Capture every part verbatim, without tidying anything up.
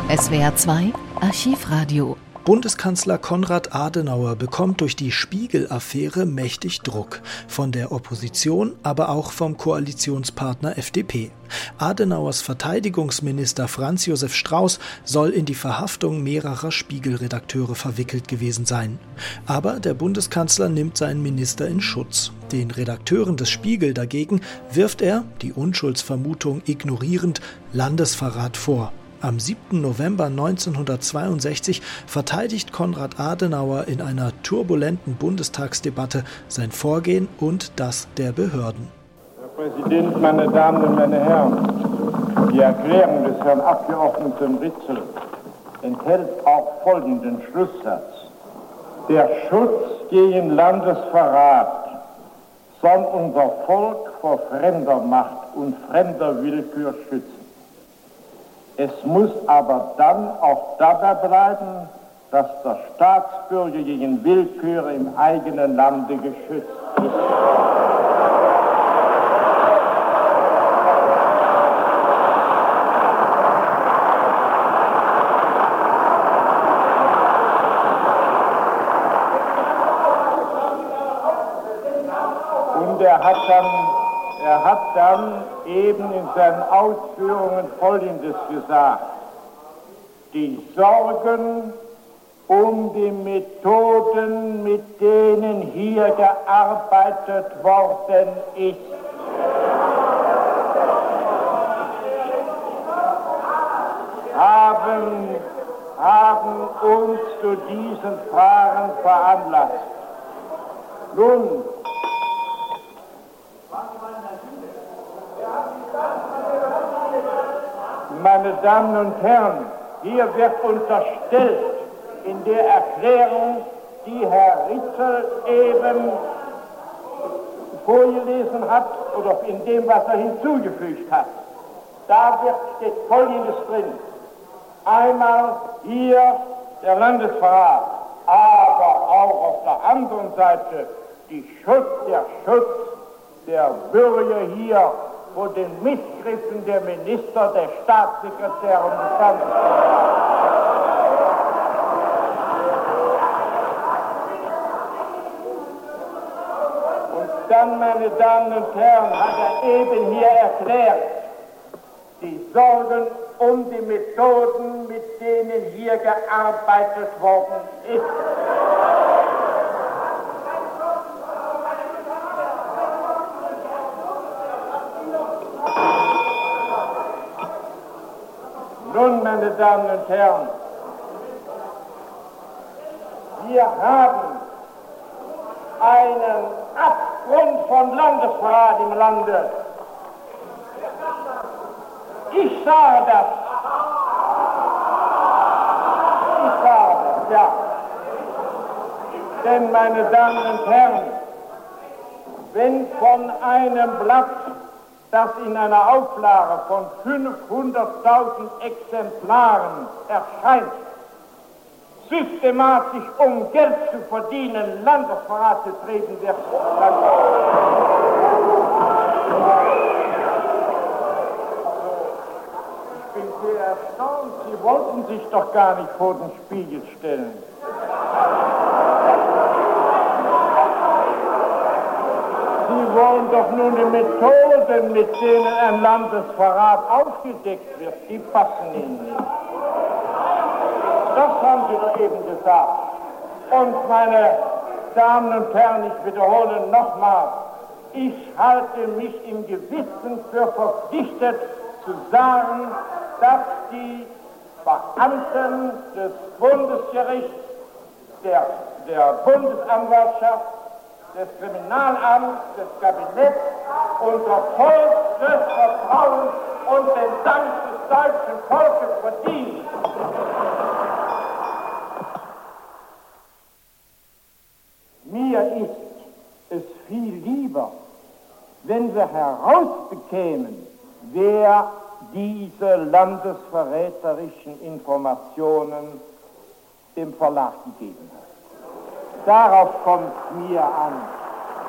S W R zwei Archivradio. Bundeskanzler Konrad Adenauer bekommt durch die Spiegel-Affäre mächtig Druck. Von der Opposition, aber auch vom Koalitionspartner F D P. Adenauers Verteidigungsminister Franz Josef Strauß soll in die Verhaftung mehrerer Spiegel-Redakteure verwickelt gewesen sein. Aber der Bundeskanzler nimmt seinen Minister in Schutz. Den Redakteuren des Spiegel dagegen wirft er, die Unschuldsvermutung ignorierend, Landesverrat vor. Am siebten November neunzehnhundertzweiundsechzig verteidigt Konrad Adenauer in einer turbulenten Bundestagsdebatte sein Vorgehen und das der Behörden. Herr Präsident, meine Damen und meine Herren, die Erklärung des Herrn Abgeordneten Ritzel enthält auch folgenden Schlusssatz. Der Schutz gegen Landesverrat soll unser Volk vor fremder Macht und fremder Willkür schützen. Es muss aber dann auch dabei bleiben, dass der Staatsbürger gegen Willkür im eigenen Lande geschützt ist. Und er hat dann Er hat dann eben in seinen Ausführungen Folgendes gesagt. Die Sorgen um die Methoden, mit denen hier gearbeitet worden ist, haben, haben uns zu diesen Fragen veranlasst. Nun, meine Damen und Herren, hier wird unterstellt in der Erklärung, die Herr Ritzel eben vorgelesen hat, oder in dem, was er hinzugefügt hat. Da wird, steht Folgendes drin. Einmal hier der Landesverrat, aber auch auf der anderen Seite die Schutz, der Schutz der Bürger hier vor den Missgriffen der Minister, der Staatssekretär und des Landesverrats. Und dann, meine Damen und Herren, hat er eben hier erklärt, die Sorgen um die Methoden, mit denen hier gearbeitet worden ist. Nun, meine Damen und Herren, wir haben einen Abgrund von Landesverrat im Lande. Ich sage das. Ich sage das, ja. Denn, meine Damen und Herren, wenn von einem Blatt, das in einer Auflage von fünfhunderttausend Exemplaren erscheint, systematisch, um Geld zu verdienen, Landesverrat betrieben wird. Ich bin sehr erstaunt, Sie wollten sich doch gar nicht vor den Spiegel stellen. Sie wollen doch nun die Methoden, mit denen ein Landesverrat aufgedeckt wird, die passen Ihnen nicht. Das haben Sie doch eben gesagt. Und meine Damen und Herren, ich wiederhole nochmal, ich halte mich im Gewissen für verpflichtet zu sagen, dass die Beamten des Bundesgerichts, der, der Bundesanwaltschaft, des Kriminalamts, des Kabinetts unser Volk des Vertrauens und den Dank des deutschen Volkes verdient. Mir ist es viel lieber, wenn wir herausbekämen, wer diese landesverräterischen Informationen dem Verlag gegeben hat. Darauf kommt es mir an.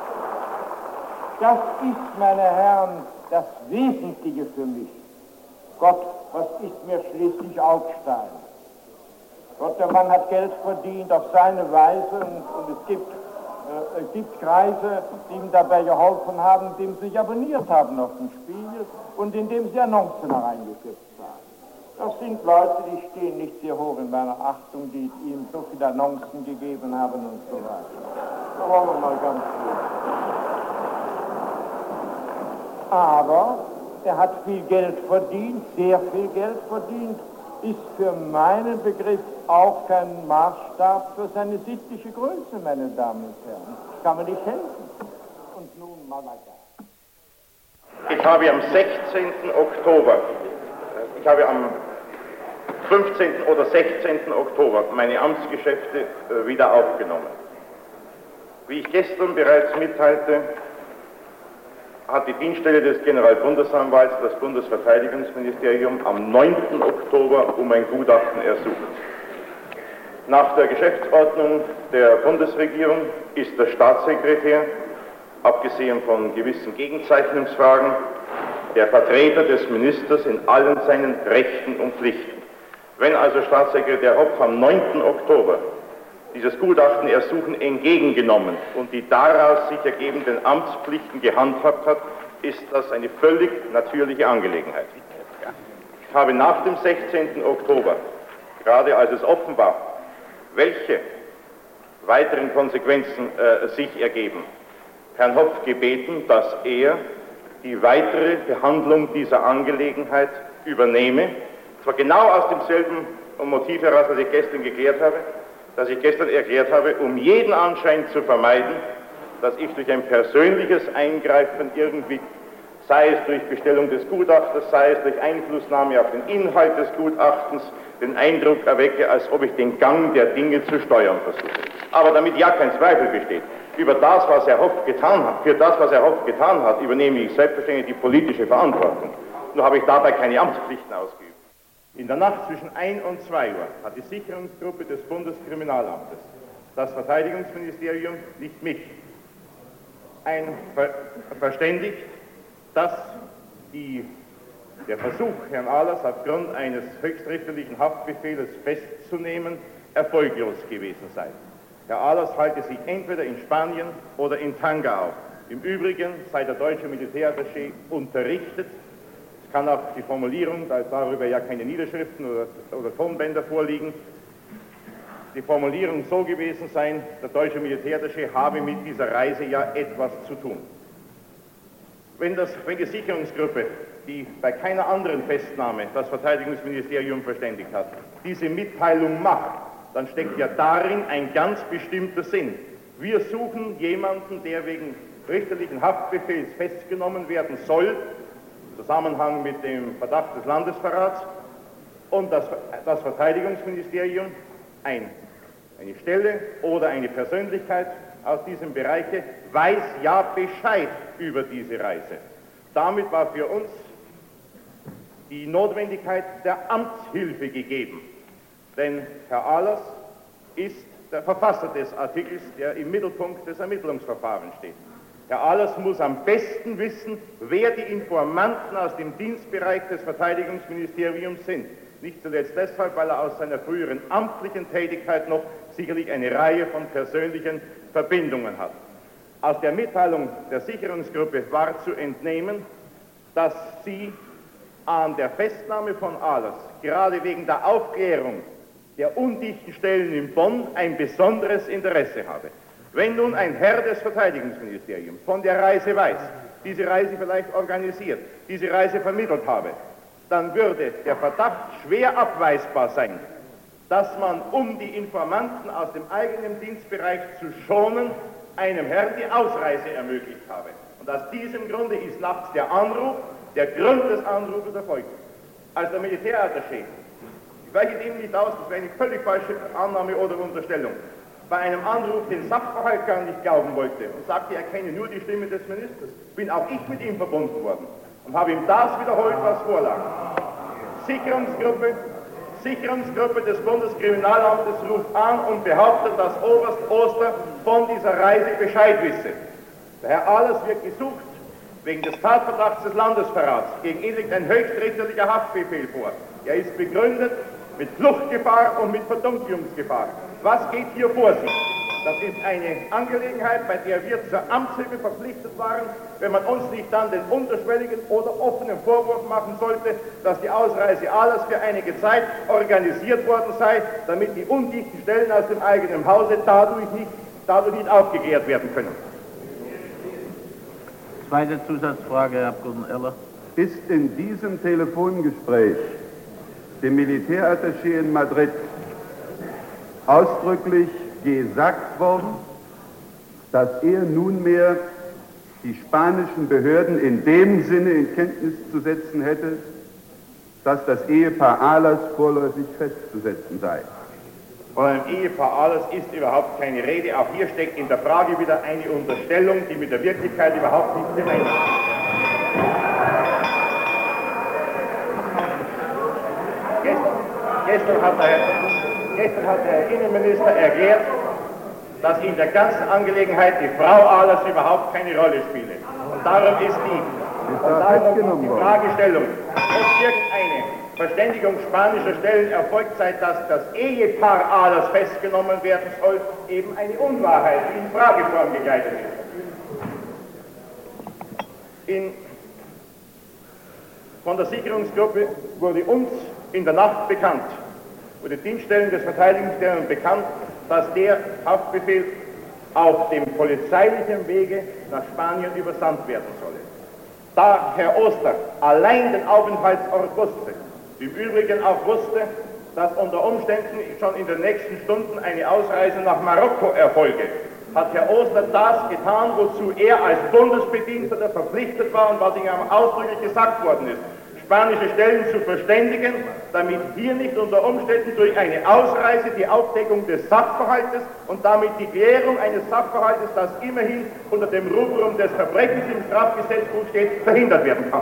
Das ist, meine Herren, das Wesentliche für mich. Gott, was ist mir Schleswig-Holstein? Gott, der Mann hat Geld verdient auf seine Weise und, und es gibt äh, es gibt Kreise, die ihm dabei geholfen haben, indem sie sich abonniert haben auf dem Spiegel und indem sie Annoncen hereingesetzt haben. Das sind Leute, die stehen nicht sehr hoch in meiner Achtung, die ihm so viele Annoncen gegeben haben und so weiter. Da wollen wir mal ganz gut. Aber er hat viel Geld verdient, sehr viel Geld verdient, ist für meinen Begriff auch kein Maßstab für seine sittliche Größe, meine Damen und Herren. Das kann man nicht helfen. Und nun mal weiter. Ich habe am sechzehnten Oktober, ich habe am fünfzehnten oder sechzehnten Oktober meine Amtsgeschäfte äh, wieder aufgenommen. Wie ich gestern bereits mitteilte, hat die Dienststelle des Generalbundesanwalts das Bundesverteidigungsministerium am neunten Oktober um ein Gutachten ersucht. Nach der Geschäftsordnung der Bundesregierung ist der Staatssekretär, abgesehen von gewissen Gegenzeichnungsfragen, der Vertreter des Ministers in allen seinen Rechten und Pflichten. Wenn also Staatssekretär Hopf am neunten Oktober dieses Gutachten ersuchen entgegengenommen und die daraus sich ergebenden Amtspflichten gehandhabt hat, ist das eine völlig natürliche Angelegenheit. Ich habe nach dem sechzehnten Oktober, gerade als es offen war, welche weiteren Konsequenzen äh, sich ergeben, Herrn Hopf gebeten, dass er die weitere Behandlung dieser Angelegenheit übernehme, zwar genau aus demselben Motiv heraus, das ich gestern geklärt habe, das ich gestern erklärt habe, um jeden Anschein zu vermeiden, dass ich durch ein persönliches Eingreifen irgendwie, sei es durch Bestellung des Gutachters, sei es durch Einflussnahme auf den Inhalt des Gutachtens, den Eindruck erwecke, als ob ich den Gang der Dinge zu steuern versuche. Aber damit ja kein Zweifel besteht, über das, was Herr Hopf getan hat, für das, was Herr Hopf getan hat, übernehme ich selbstverständlich die politische Verantwortung. Nur habe ich dabei keine Amtspflichten ausgeübt. In der Nacht zwischen ein und zwei Uhr hat die Sicherungsgruppe des Bundeskriminalamtes, das Verteidigungsministerium, nicht mich, ein ver verständigt, dass die, der Versuch, Herrn Ahlers aufgrund eines höchstrichterlichen Haftbefehls festzunehmen, erfolglos gewesen sei. Herr Ahlers halte sich entweder in Spanien oder in Tanga auf. Im Übrigen sei der deutsche Militärattaché unterrichtet. Es kann auch die Formulierung, da darüber ja keine Niederschriften oder, oder Tonbänder vorliegen, die Formulierung so gewesen sein, der deutsche Militärattaché habe mit dieser Reise ja etwas zu tun. Wenn, das, wenn die Sicherungsgruppe, die bei keiner anderen Festnahme das Verteidigungsministerium verständigt hat, diese Mitteilung macht, dann steckt ja darin ein ganz bestimmter Sinn. Wir suchen jemanden, der wegen richterlichen Haftbefehls festgenommen werden soll, im Zusammenhang mit dem Verdacht des Landesverrats, und das, das Verteidigungsministerium, ein, eine Stelle oder eine Persönlichkeit aus diesem Bereich, weiß ja Bescheid über diese Reise. Damit war für uns die Notwendigkeit der Amtshilfe gegeben. Denn Herr Ahlers ist der Verfasser des Artikels, der im Mittelpunkt des Ermittlungsverfahrens steht. Herr Ahlers muss am besten wissen, wer die Informanten aus dem Dienstbereich des Verteidigungsministeriums sind. Nicht zuletzt deshalb, weil er aus seiner früheren amtlichen Tätigkeit noch sicherlich eine Reihe von persönlichen Verbindungen hat. Aus der Mitteilung der Sicherungsgruppe war zu entnehmen, dass sie an der Festnahme von Ahlers gerade wegen der Aufklärung der undichten Stellen in Bonn ein besonderes Interesse habe. Wenn nun ein Herr des Verteidigungsministeriums von der Reise weiß, diese Reise vielleicht organisiert, diese Reise vermittelt habe, dann würde der Verdacht schwer abweisbar sein, dass man, um die Informanten aus dem eigenen Dienstbereich zu schonen, einem Herrn die Ausreise ermöglicht habe. Und aus diesem Grunde ist nachts der Anruf, der Grund des Anrufes erfolgt. Als der Militärattaché, ich weiche dem nicht aus, das wäre eine völlig falsche Annahme oder Unterstellung, bei einem Anruf den Sachverhalt gar nicht glauben wollte und sagte, er kenne nur die Stimme des Ministers, bin auch ich mit ihm verbunden worden und habe ihm das wiederholt, was vorlag. Sicherungsgruppe, Sicherungsgruppe des Bundeskriminalamtes ruft an und behauptet, dass Oberst Oster von dieser Reise Bescheid wisse. Der Herr Ahlers wird gesucht, wegen des Tatverdachts des Landesverrats gegen ihn liegt ein höchstrichterlicher Haftbefehl vor. Er ist begründet mit Fluchtgefahr und mit Verdunklungsgefahr. Was geht hier vor sich? Das ist eine Angelegenheit, bei der wir zur Amtshilfe verpflichtet waren, wenn man uns nicht dann den unterschwelligen oder offenen Vorwurf machen sollte, dass die Ausreise Ahlers für einige Zeit organisiert worden sei, damit die undichten Stellen aus dem eigenen Hause dadurch nicht, dadurch nicht aufgeklärt werden können. Zweite Zusatzfrage, Herr Abgeordneter Erler. Ist in diesem Telefongespräch dem Militärattaché in Madrid ausdrücklich gesagt worden, dass er nunmehr die spanischen Behörden in dem Sinne in Kenntnis zu setzen hätte, dass das Ehepaar Ahlers vorläufig festzusetzen sei? Von einem Ehepaar Ahlers ist überhaupt keine Rede. Auch hier steckt in der Frage wieder eine Unterstellung, die mit der Wirklichkeit überhaupt nicht gemeint ist. Gestern, gestern, hat der, gestern hat der Innenminister erklärt, dass in der ganzen Angelegenheit die Frau Ahlers überhaupt keine Rolle spiele. Und darum ist die, und darum ist die Fragestellung, ob irgendeine Verständigung spanischer Stellen erfolgt sei, dass das Ehepaar Ahlers festgenommen werden soll, eben eine Unwahrheit, die in Frageform gekleidet ist. In, von der Sicherungsgruppe wurde uns in der Nacht bekannt, wurde Dienststellen des Verteidigungsministeriums bekannt, dass der Haftbefehl auf dem polizeilichen Wege nach Spanien übersandt werden solle. Da Herr Oster allein den Aufenthaltsort wusste, im Übrigen auch wusste, dass unter Umständen schon in den nächsten Stunden eine Ausreise nach Marokko erfolge, hat Herr Oster das getan, wozu er als Bundesbediensteter verpflichtet war und was ihm ausdrücklich gesagt worden ist, spanische Stellen zu verständigen, damit hier nicht unter Umständen durch eine Ausreise die Aufdeckung des Sachverhaltes und damit die Klärung eines Sachverhaltes, das immerhin unter dem Rubrum des Verbrechens im Strafgesetzbuch steht, verhindert werden kann.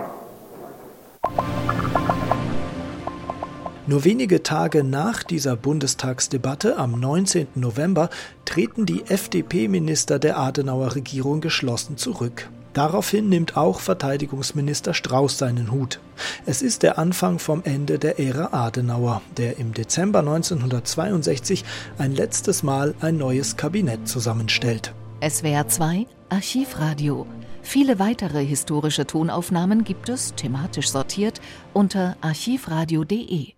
Nur wenige Tage nach dieser Bundestagsdebatte am neunzehnten November treten die F D P-Minister der Adenauer-Regierung geschlossen zurück. Daraufhin nimmt auch Verteidigungsminister Strauß seinen Hut. Es ist der Anfang vom Ende der Ära Adenauer, der im Dezember neunzehnhundertzweiundsechzig ein letztes Mal ein neues Kabinett zusammenstellt. S W R zwei Archivradio. Viele weitere historische Tonaufnahmen gibt es, thematisch sortiert, unter archivradio punkt de.